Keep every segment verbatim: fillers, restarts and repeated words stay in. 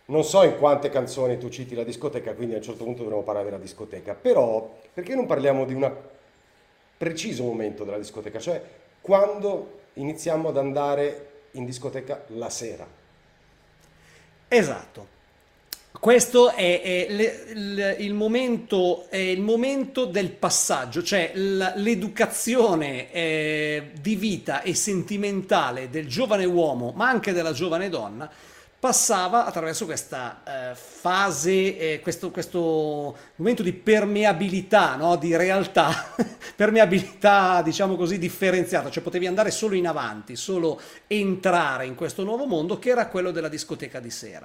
Non so in quante canzoni tu citi la discoteca, quindi a un certo punto dovremo parlare della discoteca, però perché non parliamo di un preciso momento della discoteca, cioè quando iniziamo ad andare in discoteca la sera? Esatto. Questo è, è le- il, il momento, è il momento del passaggio, cioè l- l'educazione eh, di vita e sentimentale del giovane uomo, ma anche della giovane donna, passava attraverso questa eh, fase, eh, questo, questo momento di permeabilità, no? Di realtà, permeabilità diciamo così differenziata, cioè potevi andare solo in avanti, solo entrare in questo nuovo mondo che era quello della discoteca di sera.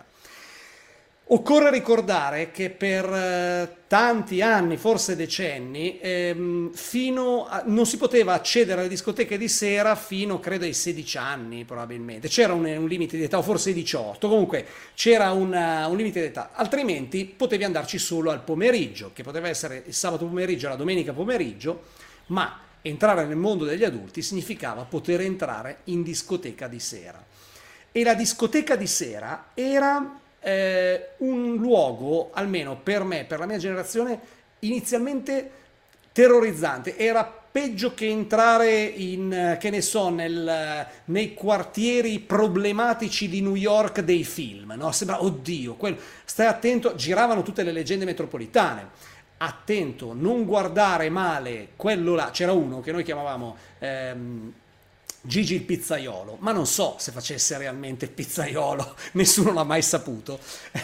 Occorre ricordare che per eh, tanti anni, forse decenni, ehm, fino a- non si poteva accedere alle discoteche di sera fino, credo, ai sedici anni probabilmente. C'era un, un limite di età, o forse ai diciotto, comunque c'era una- un limite di età, altrimenti potevi andarci solo al pomeriggio, che poteva essere il sabato pomeriggio, la domenica pomeriggio, ma entrare nel mondo degli adulti significava poter entrare in discoteca di sera. E la discoteca di sera era eh, un luogo, almeno per me, per la mia generazione, inizialmente terrorizzante. Era peggio che entrare in, eh, che ne so, nel, nei quartieri problematici di New York dei film, no? Sembra, oddio, quel, stai attento, giravano tutte le leggende metropolitane. Attento, non guardare male quello là. C'era uno che noi chiamavamo ehm, Gigi il pizzaiolo, ma non so se facesse realmente il pizzaiolo, nessuno l'ha mai saputo,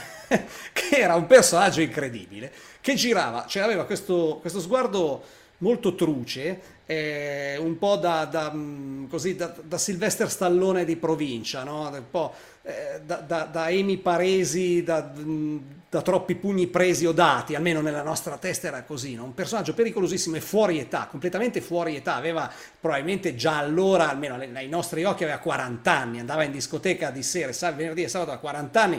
che era un personaggio incredibile, che girava, cioè aveva questo, questo sguardo molto truce, eh, un po' da, da, mh, così, da, da Sylvester Stallone di provincia, no? Un po' eh, da, da, da Amy Paresi, da, mh, da troppi pugni presi o dati, almeno nella nostra testa era così, no? Un personaggio pericolosissimo e fuori età, completamente fuori età, aveva probabilmente già allora, almeno nei nostri occhi, aveva quaranta anni, andava in discoteca di sera, sa- venerdì e sabato a quaranta anni,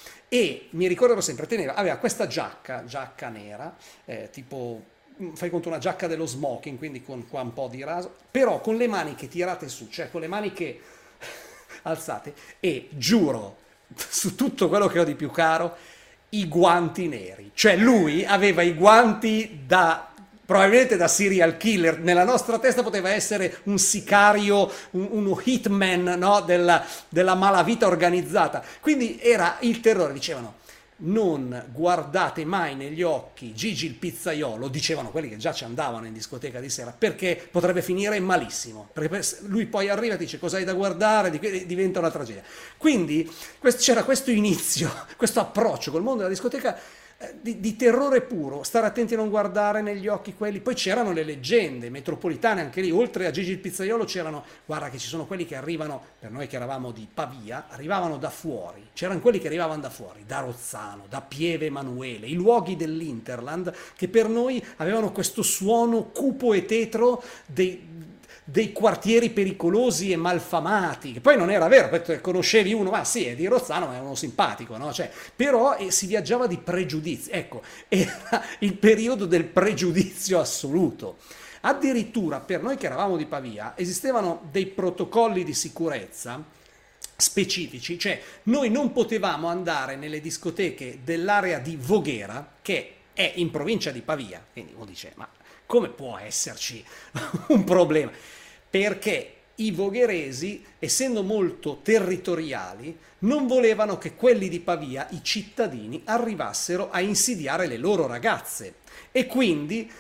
e mi ricordo sempre, teneva, aveva questa giacca, giacca nera, eh, tipo, mm, fai conto una giacca dello smoking, quindi con qua un po' di raso, però con le maniche tirate su, cioè con le maniche alzate, e giuro, su tutto quello che ho di più caro, i guanti neri. Cioè lui aveva i guanti da probabilmente da serial killer. Nella nostra testa poteva essere un sicario, un, uno hitman, no? della, della malavita organizzata. Quindi era il terrore, dicevano. Non guardate mai negli occhi Gigi il pizzaiolo, dicevano quelli che già ci andavano in discoteca di sera, perché potrebbe finire malissimo. Perché lui poi arriva e dice cosa hai da guardare, diventa una tragedia. Quindi c'era questo inizio, questo approccio col mondo della discoteca eh, di, di terrore puro, stare attenti a non guardare negli occhi quelli. Poi c'erano le leggende metropolitane, anche lì, oltre a Gigi il pizzaiolo c'erano, guarda che ci sono quelli che arrivano, per noi che eravamo di Pavia, arrivavano da fuori, c'erano quelli che arrivavano da fuori, da Rozzano, da Pieve Emanuele, i luoghi dell'Interland, che per noi avevano questo suono cupo e tetro dei, dei quartieri pericolosi e malfamati, che poi non era vero, perché conoscevi uno, ma sì, è di Rozzano, ma è uno simpatico, no? Cioè, però eh, si viaggiava di pregiudizi, ecco, era il periodo del pregiudizio assoluto. Addirittura per noi che eravamo di Pavia esistevano dei protocolli di sicurezza specifici, cioè noi non potevamo andare nelle discoteche dell'area di Voghera, che è in provincia di Pavia, quindi uno dice, ma come può esserci un problema? Perché i vogheresi, essendo molto territoriali, non volevano che quelli di Pavia, i cittadini, arrivassero a insidiare le loro ragazze. E quindi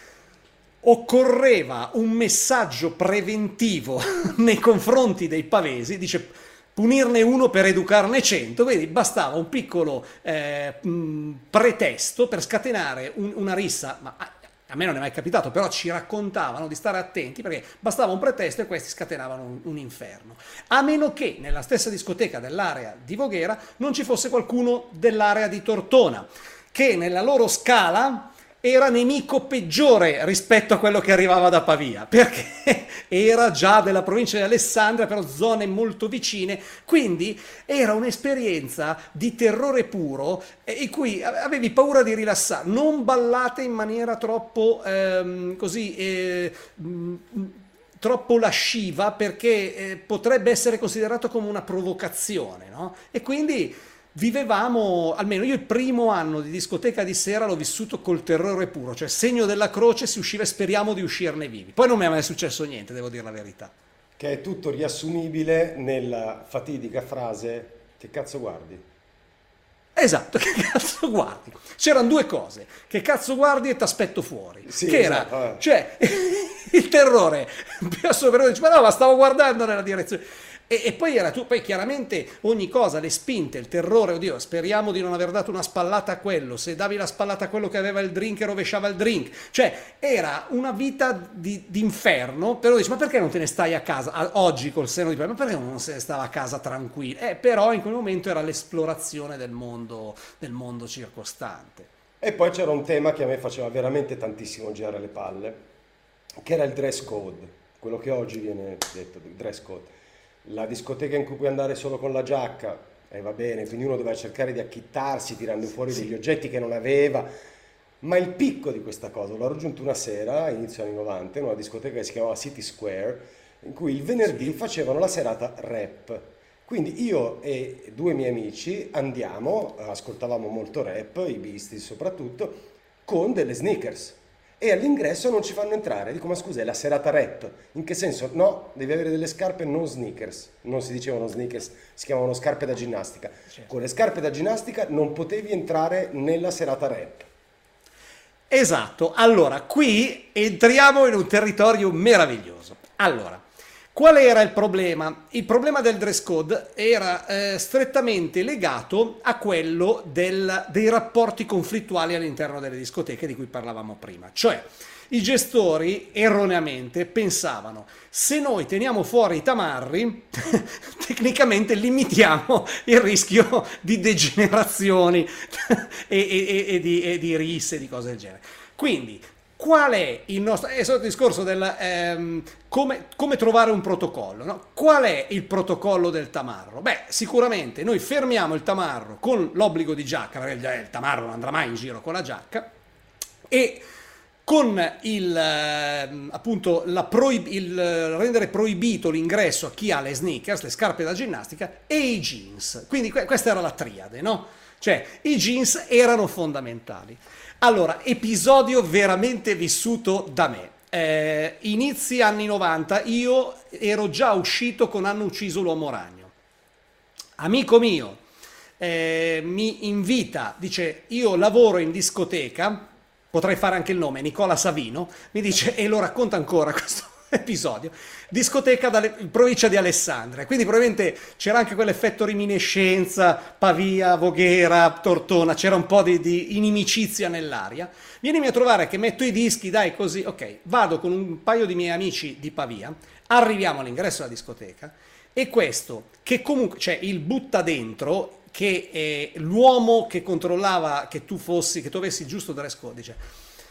occorreva un messaggio preventivo nei confronti dei pavesi, dice punirne uno per educarne cento, vedi, bastava un piccolo eh, mh, pretesto per scatenare un, una rissa, ma a, a me non è mai capitato, però ci raccontavano di stare attenti perché bastava un pretesto e questi scatenavano un, un inferno. A meno che nella stessa discoteca dell'area di Voghera non ci fosse qualcuno dell'area di Tortona, che nella loro scala era nemico peggiore rispetto a quello che arrivava da Pavia, perché era già della provincia di Alessandria, però zone molto vicine, quindi era un'esperienza di terrore puro in cui avevi paura di rilassare, non ballate in maniera troppo ehm, così eh, mh, troppo lasciva perché eh, potrebbe essere considerato come una provocazione, no? E quindi vivevamo, almeno io il primo anno di discoteca di sera l'ho vissuto col terrore puro, cioè segno della croce, si usciva e speriamo di uscirne vivi. Poi non mi è mai successo niente, devo dire la verità. Che è tutto riassumibile nella fatidica frase: che cazzo guardi? Esatto, che cazzo guardi? C'erano due cose, che cazzo guardi e t'aspetto fuori. Sì, che esatto, era, eh. cioè, il terrore più assoluto, dice, ma no, ma stavo guardando nella direzione. E, e poi era tu, poi chiaramente ogni cosa, le spinte, il terrore, oddio, speriamo di non aver dato una spallata a quello, se davi la spallata a quello che aveva il drink e rovesciava il drink, cioè era una vita di, di inferno, però dici, ma perché non te ne stai a casa, a, oggi col seno di poi, ma perché non se ne stava a casa tranquillo? Eh, però in quel momento era l'esplorazione del mondo, del mondo circostante. E poi c'era un tema che a me faceva veramente tantissimo girare le palle, che era il dress code, quello che oggi viene detto, il dress code. La discoteca in cui puoi andare solo con la giacca, e eh, va bene, quindi uno doveva cercare di acchittarsi tirando fuori Sì. degli oggetti che non aveva, ma il picco di questa cosa l'ho raggiunto una sera, inizio anni novanta, in una discoteca che si chiamava City Square, in cui il venerdì Sì. facevano la serata rap. Quindi io e due miei amici andiamo, ascoltavamo molto rap, i Beastie soprattutto, con delle sneakers. E all'ingresso non ci fanno entrare. Dico, ma scusa, è la serata rap. In che senso? No, devi avere delle scarpe non sneakers. Non si dicevano sneakers, si chiamavano scarpe da ginnastica. Certo. Con le scarpe da ginnastica non potevi entrare nella serata rap. Esatto, allora qui entriamo in un territorio meraviglioso. Allora, qual era il problema? Il problema del dress code era eh, strettamente legato a quello del, dei rapporti conflittuali all'interno delle discoteche di cui parlavamo prima. Cioè, i gestori erroneamente pensavano, se noi teniamo fuori i tamarri, tecnicamente limitiamo il rischio di degenerazioni e, e, e, di, e di risse e di cose del genere. Quindi, qual è il nostro, è il discorso del ehm, come, come trovare un protocollo, no? Qual è il protocollo del tamarro? Beh, sicuramente noi fermiamo il tamarro con l'obbligo di giacca, perché il, il tamarro non andrà mai in giro con la giacca, e con il ehm, appunto la proib- il rendere proibito l'ingresso a chi ha le sneakers, le scarpe da ginnastica e i jeans. Quindi que- questa era la triade, no? Cioè i jeans erano fondamentali. Allora, episodio veramente vissuto da me. Eh, inizi anni novanta, io ero già uscito con Hanno ucciso l'uomo ragno. Amico mio eh, mi invita, dice, io lavoro in discoteca, potrei fare anche il nome, Nicola Savino, mi dice, e lo racconta ancora questo episodio, discoteca dalle, in provincia di Alessandria, quindi probabilmente c'era anche quell'effetto riminiscenza, Pavia, Voghera, Tortona, c'era un po' di, di inimicizia nell'aria. Vienimi a trovare che metto i dischi, dai, così, ok, vado con un paio di miei amici di Pavia, arriviamo all'ingresso della discoteca e questo, che comunque, cioè il butta dentro, che è l'uomo che controllava che tu fossi, che tu avessi il giusto dress code, dice,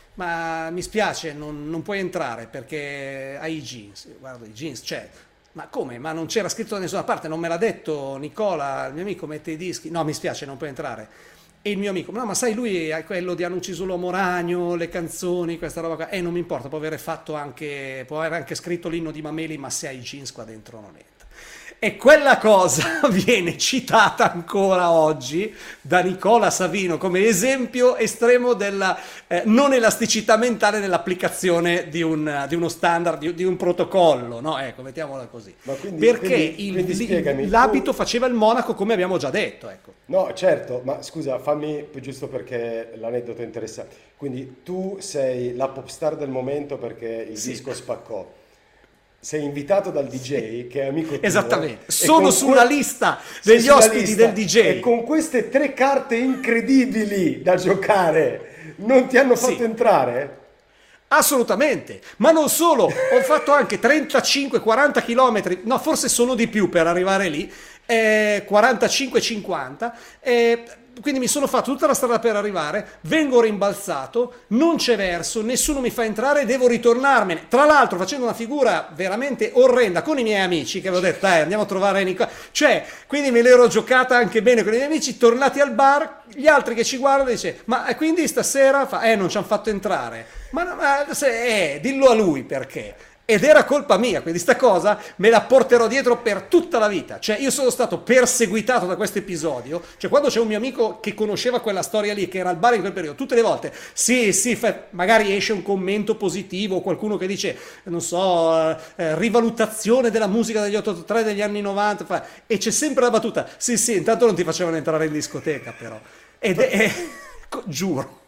ma mi spiace, non, non puoi entrare perché hai i jeans. Guarda, i jeans, cioè, ma come? Ma non c'era scritto da nessuna parte, non me l'ha detto Nicola, il mio amico mette i dischi. No, mi spiace, non puoi entrare. E il mio amico, no, ma sai, lui è quello di Hanno ucciso l'uomo ragno, le canzoni, questa roba qua. Eh, non mi importa, può avere fatto anche, può aver anche scritto l'inno di Mameli, ma se hai i jeans qua dentro non entra. E quella cosa viene citata ancora oggi da Nicola Savino come esempio estremo della eh, non elasticità mentale nell'applicazione di, un, di uno standard, di, di un protocollo, no? Ecco, mettiamola così. Ma quindi, Perché quindi, il, quindi spiegami, l'abito tu... faceva il monaco, come abbiamo già detto, ecco. No, certo, ma scusa, fammi giusto perché l'aneddoto interessa. Quindi tu sei la pop star del momento perché il Sì. disco spaccò. Sei invitato dal D J che è amico tuo. Esattamente, e sono con sulla que- lista sei degli sulla ospiti lista, del D J. E con queste tre carte incredibili da giocare non ti hanno Sì. fatto entrare? Assolutamente, ma non solo, ho fatto anche trentacinque quaranta chilometri, no forse sono di più per arrivare lì, eh, quarantacinque cinquanta, eh, quindi mi sono fatto tutta la strada per arrivare, vengo rimbalzato, non c'è verso, nessuno mi fa entrare, devo ritornarmene, tra l'altro facendo una figura veramente orrenda con i miei amici che avevo detto dai andiamo a trovare Nicola, cioè quindi me l'ero giocata anche bene con i miei amici, tornati al bar, gli altri che ci guardano dice ma quindi stasera fa, eh non ci hanno fatto entrare, ma, ma se, eh, dillo a lui perché. ed era colpa mia, quindi sta cosa me la porterò dietro per tutta la vita. Cioè io sono stato perseguitato da questo episodio, cioè quando c'è un mio amico che conosceva quella storia lì, che era al bar in quel periodo, tutte le volte sì sì fa, magari esce un commento positivo, qualcuno che dice non so eh, rivalutazione della musica degli otto otto tre degli anni novanta, fa, e c'è sempre la battuta sì sì intanto non ti facevano entrare in discoteca però, ed è, è giuro.